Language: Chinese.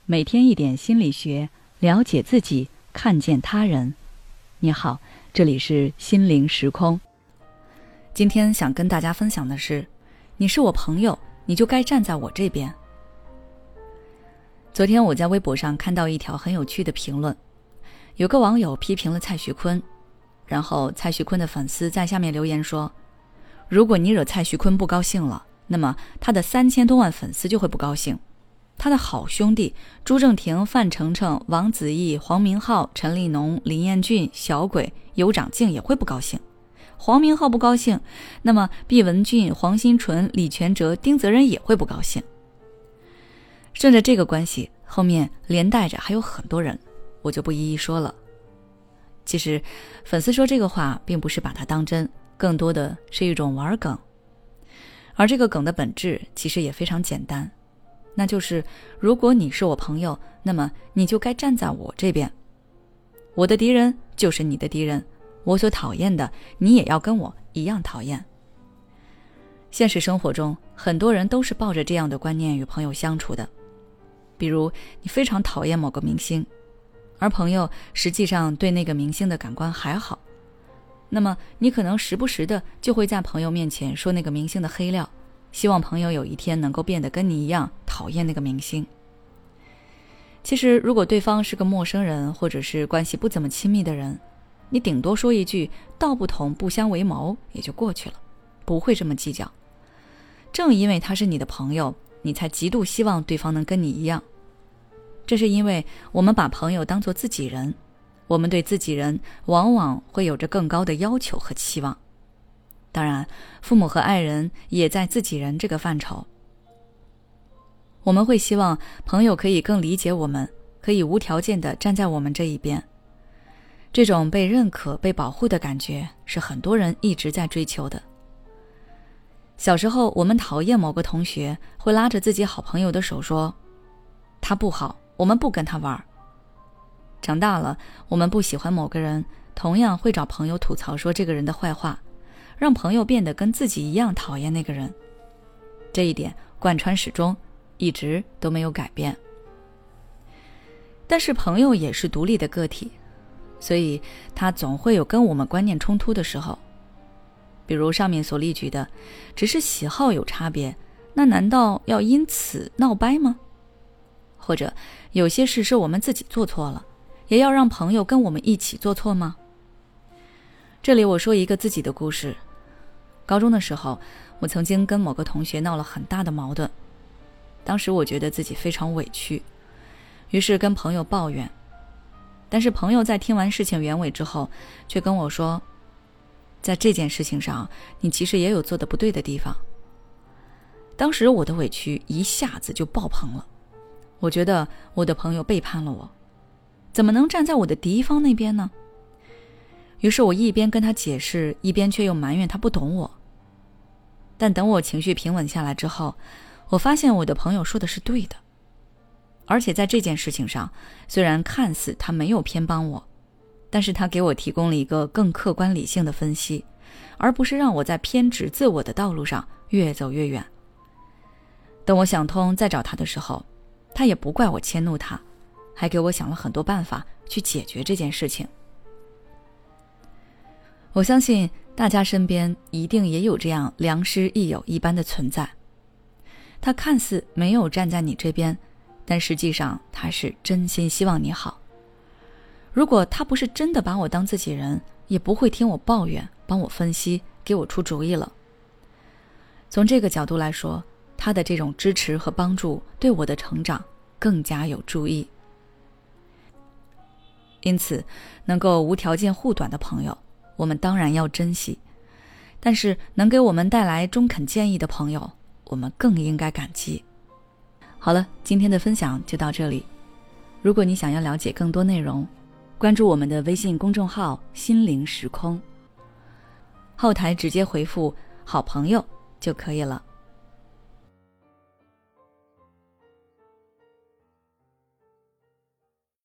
每天一点心理学，了解自己，看见他人。你好，这里是心灵时空。今天想跟大家分享的是，你是我朋友，你就该站在我这边。昨天我在微博上看到一条很有趣的评论，有个网友批评了蔡徐坤，然后蔡徐坤的粉丝在下面留言说，如果你惹蔡徐坤不高兴了，那么他的3000多万粉丝就会不高兴，他的好兄弟朱正廷、范丞丞、王子异、黄明昊、陈立农、林彦俊、小鬼、尤长靖也会不高兴。黄明昊不高兴，那么毕雯珺、黄新纯、李全哲、丁泽仁也会不高兴。顺着这个关系，后面连带着还有很多人，我就不一一说了。其实粉丝说这个话并不是把它当真，更多的是一种玩梗。而这个梗的本质其实也非常简单，那就是如果你是我朋友，那么你就该站在我这边。我的敌人就是你的敌人，我所讨厌的你也要跟我一样讨厌。现实生活中很多人都是抱着这样的观念与朋友相处的，比如你非常讨厌某个明星，而朋友实际上对那个明星的感官还好，那么你可能时不时的就会在朋友面前说那个明星的黑料，希望朋友有一天能够变得跟你一样讨厌那个明星。其实如果对方是个陌生人，或者是关系不怎么亲密的人，你顶多说一句道不同不相为谋也就过去了，不会这么计较。正因为他是你的朋友，你才极度希望对方能跟你一样。这是因为我们把朋友当作自己人，我们对自己人往往会有着更高的要求和期望。当然，父母和爱人也在自己人这个范畴。我们会希望朋友可以更理解我们，可以无条件地站在我们这一边。这种被认可、被保护的感觉是很多人一直在追求的。小时候我们讨厌某个同学，会拉着自己好朋友的手说，他不好，我们不跟他玩。长大了，我们不喜欢某个人，同样会找朋友吐槽说这个人的坏话，让朋友变得跟自己一样讨厌那个人。这一点贯穿始终，一直都没有改变。但是朋友也是独立的个体，所以他总会有跟我们观念冲突的时候。比如上面所例举的，只是喜好有差别，那难道要因此闹掰吗？或者有些事是我们自己做错了，也要让朋友跟我们一起做错吗？这里我说一个自己的故事。高中的时候，我曾经跟某个同学闹了很大的矛盾，当时我觉得自己非常委屈，于是跟朋友抱怨。但是朋友在听完事情原委之后，却跟我说，在这件事情上，你其实也有做得不对的地方。当时我的委屈一下子就爆棚了，我觉得我的朋友背叛了我，怎么能站在我的敌方那边呢？于是我一边跟他解释，一边却又埋怨他不懂我。但等我情绪平稳下来之后，我发现我的朋友说的是对的。而且在这件事情上，虽然看似他没有偏帮我，但是他给我提供了一个更客观理性的分析，而不是让我在偏执自我的道路上越走越远。等我想通再找他的时候，他也不怪我迁怒他，还给我想了很多办法去解决这件事情。我相信大家身边一定也有这样良师益友一般的存在，他看似没有站在你这边，但实际上他是真心希望你好。如果他不是真的把我当自己人，也不会听我抱怨，帮我分析，给我出主意了。从这个角度来说，他的这种支持和帮助对我的成长更加有助益。因此，能够无条件护短的朋友，我们当然要珍惜，但是能给我们带来中肯建议的朋友，我们更应该感激。好了，今天的分享就到这里。如果你想要了解更多内容，关注我们的微信公众号心灵时空，后台直接回复好朋友就可以了。